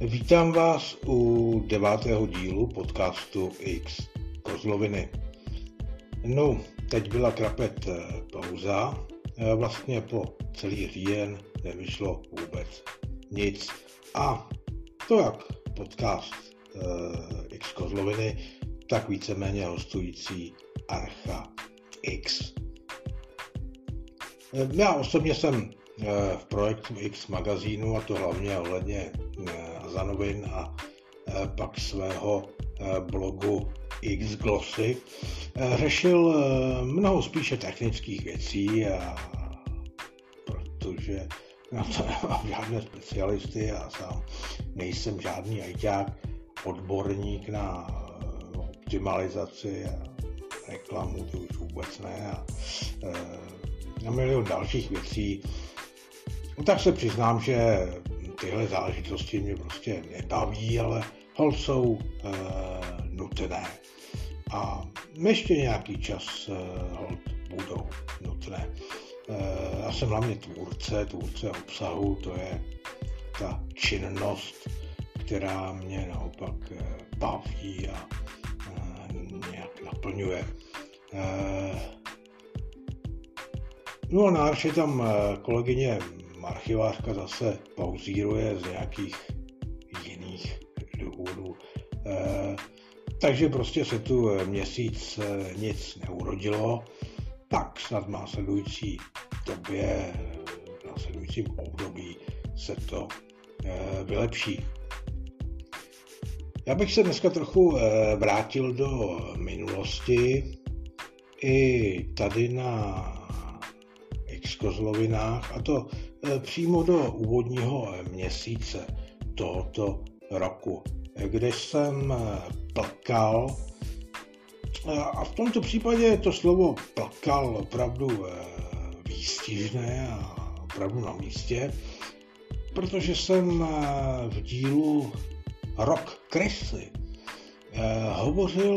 Vítám vás u 9. dílu podcastu X Kozloviny. No, teď byla krapet pauza. Vlastně po celý říjen nevyšlo vůbec nic. A to jak podcast X Kozloviny, tak víceméně hostující Archa X. Já osobně jsem v projektu X magazínu, a to hlavně ohledně Hazanovin a pak svého blogu X Glossy, řešil mnoho spíše technických věcí, protože na to nemám žádné specialisty, já sám nejsem žádný ajťák, odborník na optimalizaci a reklamu, to už vůbec ne, a milion dalších věcí. No, tak se přiznám, že tyhle záležitosti mě prostě nebaví, ale holt jsou nutné. A ještě nějaký čas holt budou nutné. Já jsem hlavně tvůrce obsahu, to je ta činnost, která mě naopak baví a nějak naplňuje. No a na Arše tam kolegyně archivářka zase pauzíruje z nějakých jiných důvodů. Takže prostě se tu měsíc nic neurodilo, tak snad v následujícím období se to vylepší. Já bych se dneska trochu vrátil do minulosti i tady na X Kozlovinách, a to přímo do úvodního měsíce tohoto roku, kde jsem plkal, a v tomto případě to slovo plkal opravdu výstižné a opravdu na místě, protože jsem v dílu Rok kresly hovořil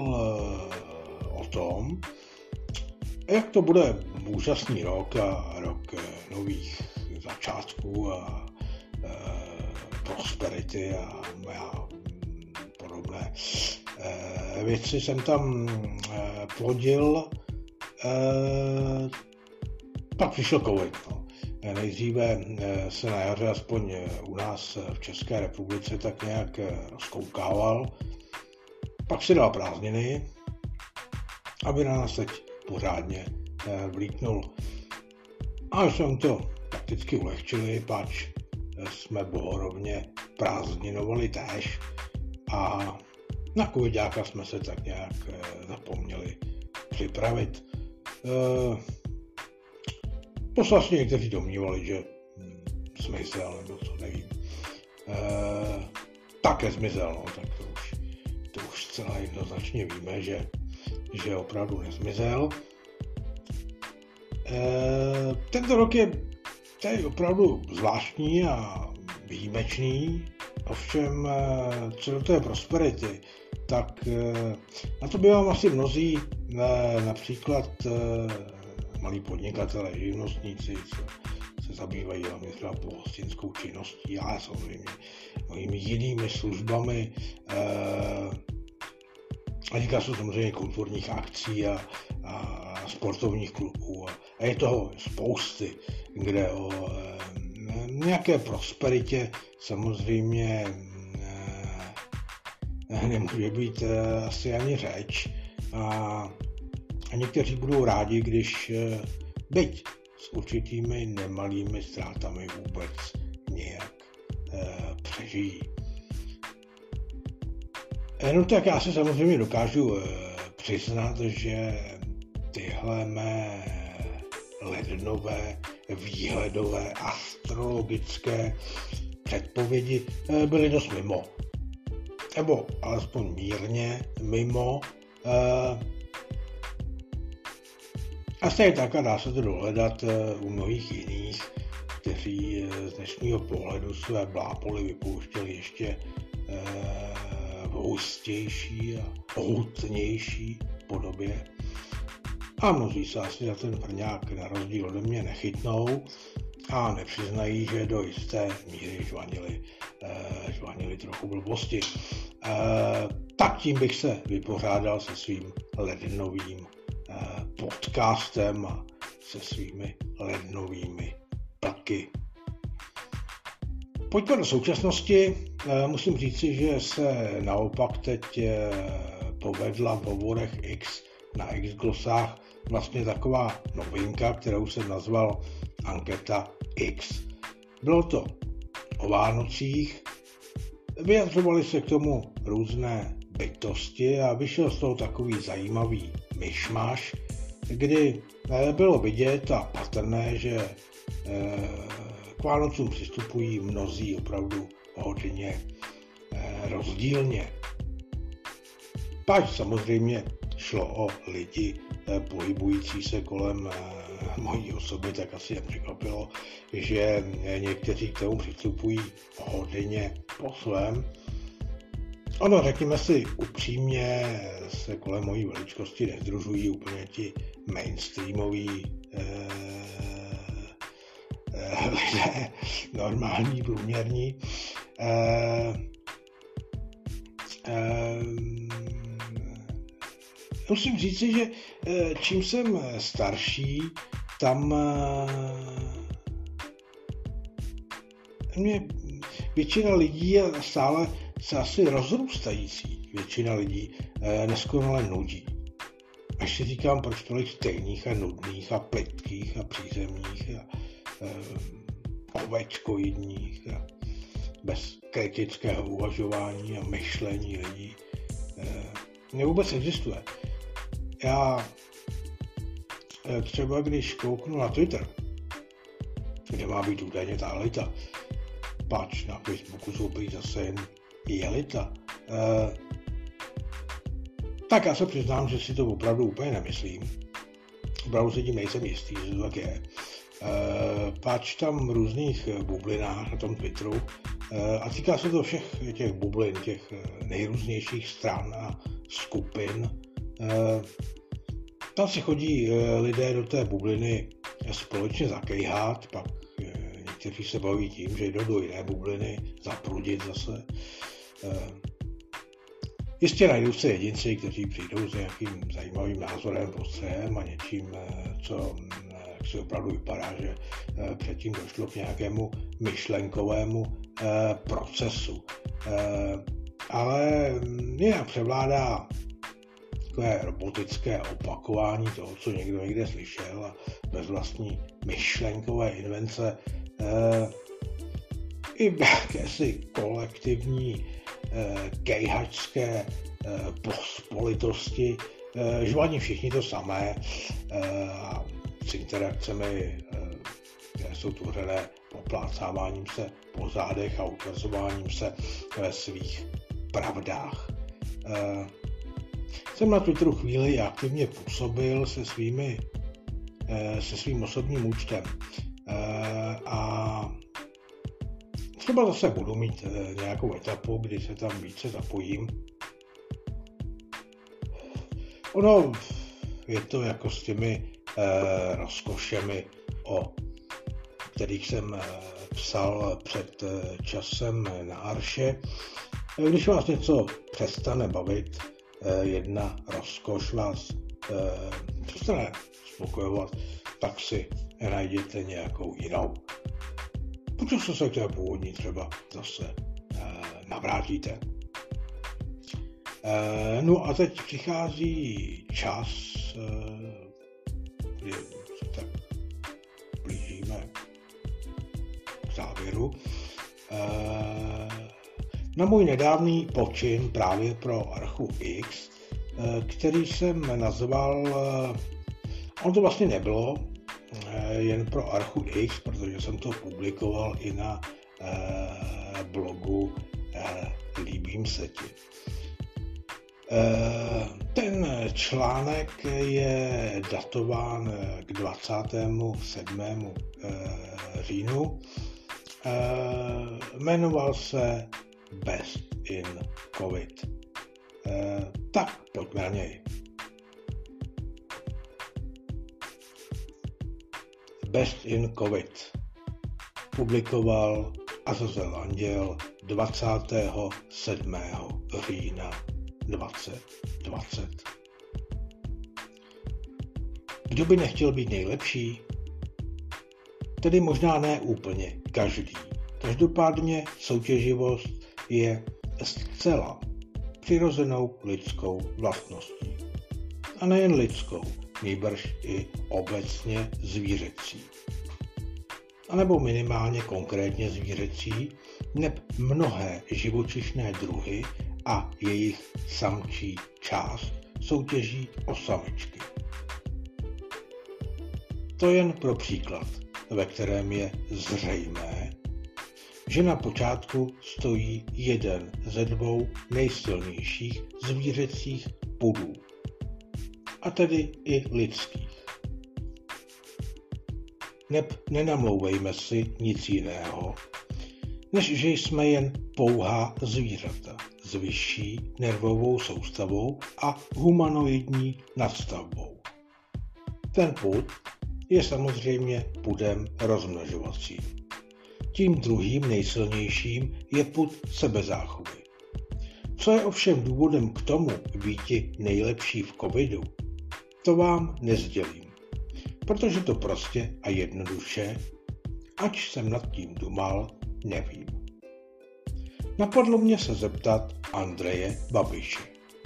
o tom, jak to bude úžasný rok a rok nových začátků a prosperity a podobné věci jsem tam plodil. Pak přišel covid. No. Nejdříve se na jaře aspoň u nás v České republice tak nějak rozkoukával. Pak si dal prázdniny, aby na nás teď pořádně vlítnul. A jsme to prakticky ulehčili, pač jsme bohorovně prázdninovali též a na covidáka jsme se tak nějak zapomněli připravit. Posledně někteří domnívali, že zmizel, nebo co nevím. Také zmizel, no, tak to už zcela jednoznačně víme, že opravdu nezmizel. Tento rok je opravdu zvláštní a výjimečný, ovšem co do té prosperity, tak na to by vám asi mnozí, například malí podnikatelé, živnostníci, co se zabývají hlavně třeba pohostinskou činností, ale samozřejmě mnohými jinými službami, a týká se samozřejmě kulturních akcí a sportovních klubů. A je toho spousty, kde o nějaké prosperitě samozřejmě nemůže být asi ani řeč. A někteří budou rádi, když byť s určitými nemalými ztrátami vůbec nějak přežijí. No tak já se samozřejmě dokážu přiznat, že tyhle mé lednové, výhledové, astrologické předpovědi byly dost mimo. Nebo alespoň mírně mimo. A stejně tak dá se to dohledat u mnohých jiných, kteří z dnešního pohledu své blápoly vypouštěli ještě v hustější a hutnější podobě. A mnozí se asi za ten frňák na rozdíl ode mě nechytnou a nepřiznají, že do jisté míry žvanili žvanily trochu blbosti. Tak tím bych se vypořádal se svým lednovým podcastem a se svými lednovými plaky. Pojďme do současnosti. Musím říci, že se naopak teď povedla v hovorech X na X-glosách vlastně taková novinka, kterou jsem nazval Anketa X. Bylo to o Vánocích, vyjadřovali se k tomu různé bytosti a vyšel z toho takový zajímavý myšmaš, kdy bylo vidět a patrné, že k Vánocům přistupují mnozí opravdu hodně rozdílně. Pak samozřejmě šlo o lidi pohybující se kolem mojí osoby, tak asi nepřekvapilo, že někteří k tomu přistupují hodně po svém. Ono, řekněme si upřímně, se kolem mojí veličkosti nezdružují úplně ti mainstreamoví lidé, normální, průměrní. Musím říci, že čím jsem starší, tam mě většina lidí a stále se asi rozrůstající většina lidí neskonale nudí. Až si říkám, proč tolik stejných a nudných a plytkých a přízemních a ovečkoidních a bez kritického uvažování a myšlení lidí vůbec existuje. Já třeba když kouknu na Twitter, kde má být údajně ta elita, pač na Facebooku jsou prý zase jen elita, tak já se přiznám, že si to opravdu úplně nemyslím. Opravdu se tím nejsem jistý, že to tak je. Pač tam v různých bublinách na tom Twitteru a týká se to všech těch bublin, těch nejrůznějších stran a skupin. Tam si chodí lidé do té bubliny společně zakejhat, pak někteří se baví tím, že jdou do jiné bubliny zaprudit zase. Jistě najdou se jedinci, kteří přijdou s nějakým zajímavým názorem, postřehem a něčím, co jak si opravdu vypadá, že předtím došlo k nějakému myšlenkovému procesu. Ale jinak převládá takové robotické opakování toho, co někdo někde slyšel a bez vlastní myšlenkové invence i jakési kolektivní kejhačské pospolitosti žvaní všichni to samé a s interakcemi, které jsou tvořené poplácáváním se po zádech a utvrzováním se ve svých pravdách. Jsem na Twitteru chvíli aktivně působil se svým osobním účtem a třeba zase budu mít nějakou etapu, kdy se tam více zapojím. Ono je to jako s těmi rozkošemi, o kterých jsem psal před časem na Arše. Když vás něco přestane bavit, jedna rozkoš vás přestane spokojovat, tak si najděte nějakou jinou. Počasto se k té původní třeba zase navrátíte. No a teď přichází čas, kdy se tak blížíme k závěru, na můj nedávný počin právě pro Archu X, který jsem nazval, on to vlastně nebylo jen pro Archu X, protože jsem to publikoval i na blogu Líbím se ti. Ten článek je datován k 27. říjnu. Jmenoval se Best in COVID. Tak pojďme na něj. Best in COVID publikoval Azazel Anděl 27. října 2020. Kdo by nechtěl být nejlepší? Tedy možná ne úplně každý. Každopádně soutěživost je zcela přirozenou lidskou vlastností. A nejen lidskou, nýbrž i obecně zvířecí. A nebo minimálně konkrétně zvířecí, neb mnohé živočišné druhy a jejich samčí část soutěží o samičky. To jen pro příklad, ve kterém je zřejmé, že na počátku stojí jeden ze dvou nejsilnějších zvířecích pudů, a tedy i lidských. Neb nenamlouvejme si nic jiného, než že jsme jen pouhá zvířata s vyšší nervovou soustavou a humanoidní nadstavbou. Ten pud je samozřejmě pudem rozmnožovacím. Tím druhým nejsilnějším je pud sebezáchovy. Co je ovšem důvodem k tomu býti nejlepší v covidu, to vám nesdělím, protože to prostě a jednoduše, ač jsem nad tím dumal, nevím. Napadlo mě se zeptat Andreje Babiše.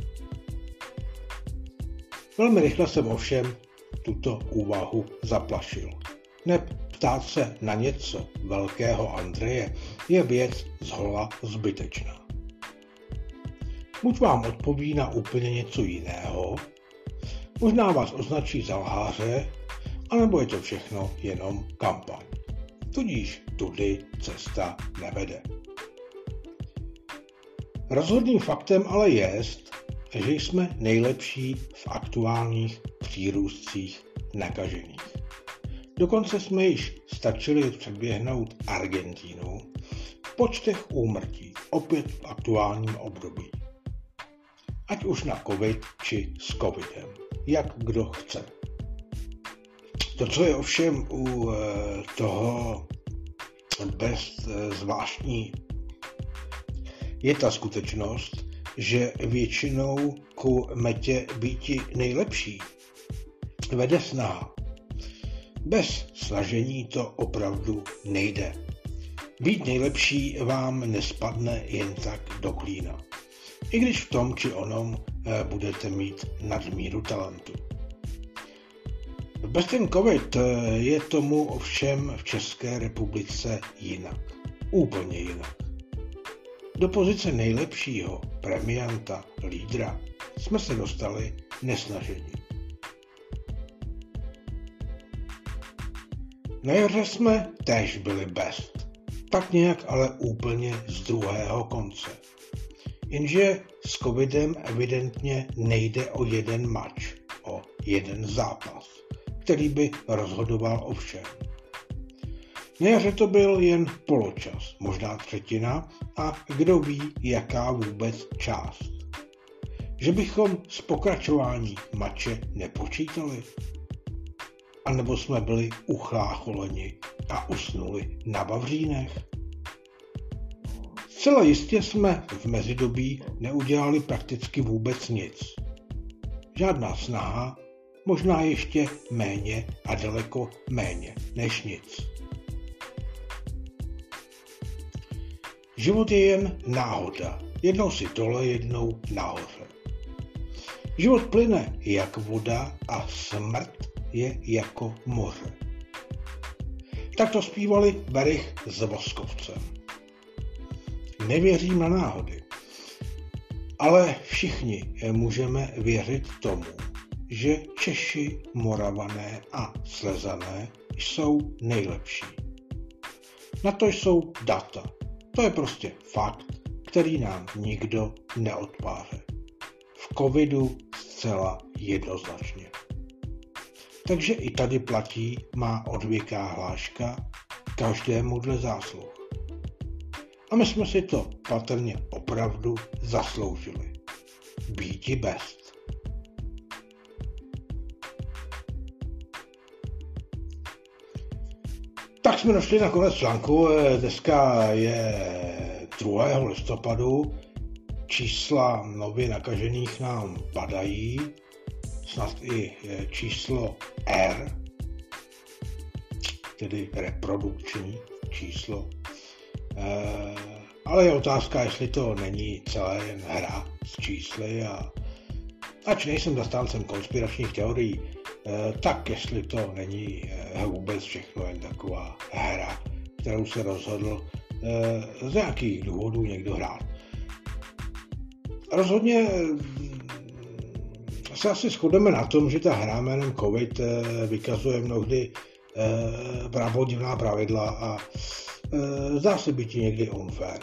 Velmi rychle jsem ovšem tuto úvahu zaplašil. Neb ptát se na něco velkého Andreje je věc zhola zbytečná. Buď vám odpoví na úplně něco jiného, možná vás označí za lháře, anebo je to všechno jenom kampaň. Tudíž tudy cesta nevede. Rozhodným faktem ale je, že jsme nejlepší v aktuálních přírůstcích nakažených. Dokonce jsme již stačili předběhnout Argentínu v počtech úmrtí, opět v aktuálním období. Ať už na covid či s covidem, jak kdo chce. To, co je ovšem u toho bez zvláštní, je ta skutečnost, že většinou ku metě býti nejlepší vede snaha. Bez snažení to opravdu nejde. Být nejlepší vám nespadne jen tak do klína. I když v tom či onom budete mít nadmíru talentu. Bez ten covid je tomu ovšem v České republice jinak. Úplně jinak. Do pozice nejlepšího premianta, lídra jsme se dostali nesnažením. Na jaře jsme též byli best, tak nějak ale úplně z druhého konce. Jenže s covidem evidentně nejde o jeden mač, o jeden zápas, který by rozhodoval o všem. Na jaře to byl jen poločas, možná třetina a kdo ví, jaká vůbec část. Že bychom z pokračování mače nepočítali? A nebo jsme byli uchlácholeni a usnuli na vavřínech? Zcela jistě jsme v mezidobí neudělali prakticky vůbec nic. Žádná snaha, možná ještě méně a daleko méně než nic. Život je jen náhoda, jednou si dole, jednou nahoře. Život plyne jak voda a smrt je jako moře. Tak to zpívali Berich s Voskovcem. Nevěřím na náhody, ale všichni můžeme věřit tomu, že Češi, Moravané a Slezané jsou nejlepší. Na to jsou data. To je prostě fakt, který nám nikdo neodpáře. V covidu zcela jednoznačně. Takže i tady platí má odvěká hláška každému dle zásluh. A my jsme si to patrně opravdu zasloužili. Býti best. Tak jsme došli na konec článku. Dneska je 2. listopadu. Čísla nově nakažených nám padají. Snad i číslo R, tedy reprodukční číslo. Ale je otázka, jestli to není celé jen hra s čísly a ač nejsem zastáncem konspiračních teorií, tak jestli to není vůbec všechno jen taková hra, kterou se rozhodl z nějakých důvodů někdo hrát. Rozhodně se asi shodneme na tom, že ta hra jménem COVID vykazuje mnohdy pravodivná pravidla a zdá se být někdy unfair.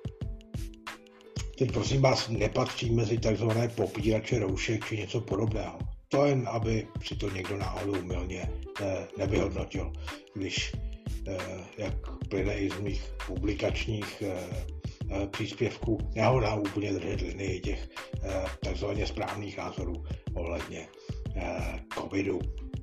Teď prosím vás nepatří mezi takzvané popírače roušek či něco podobného. To jen, aby si to někdo náhodou mylně nevyhodnotil, když, jak plyne i z mých publikačních příspěvků, nehodlám úplně držet linii těch takzvaně správných názorů ohledně covidu.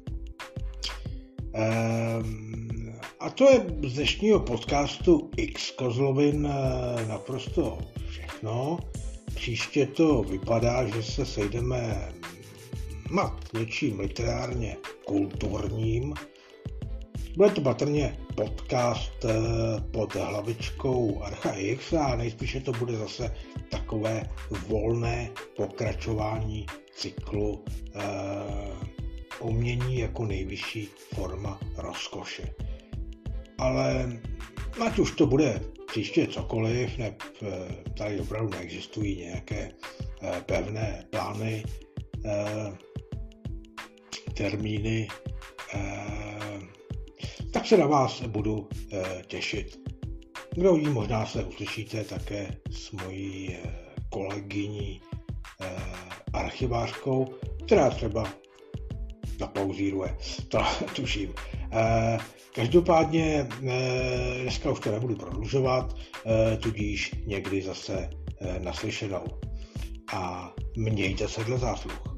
A to je z dnešního podcastu X Kozlovin naprosto všechno. Příště to vypadá, že se sejdeme nad něčím literárně kulturním. Bude to patrně podcast pod hlavičkou Archa X a nejspíše to bude zase takové volné pokračování cyklu umění jako nejvyšší forma rozkoše. Ale ať už to bude příště cokoliv, tady opravdu neexistují nějaké pevné plány, termíny, tak se na vás budu těšit. Kdo ví, možná se uslyšíte také s mojí kolegyní archivářkou, která třeba zapauzíruje, to tuším. Každopádně dneska už to nebudu prodlužovat, tudíž někdy zase naslyšenou. A mějte se dle zásluh.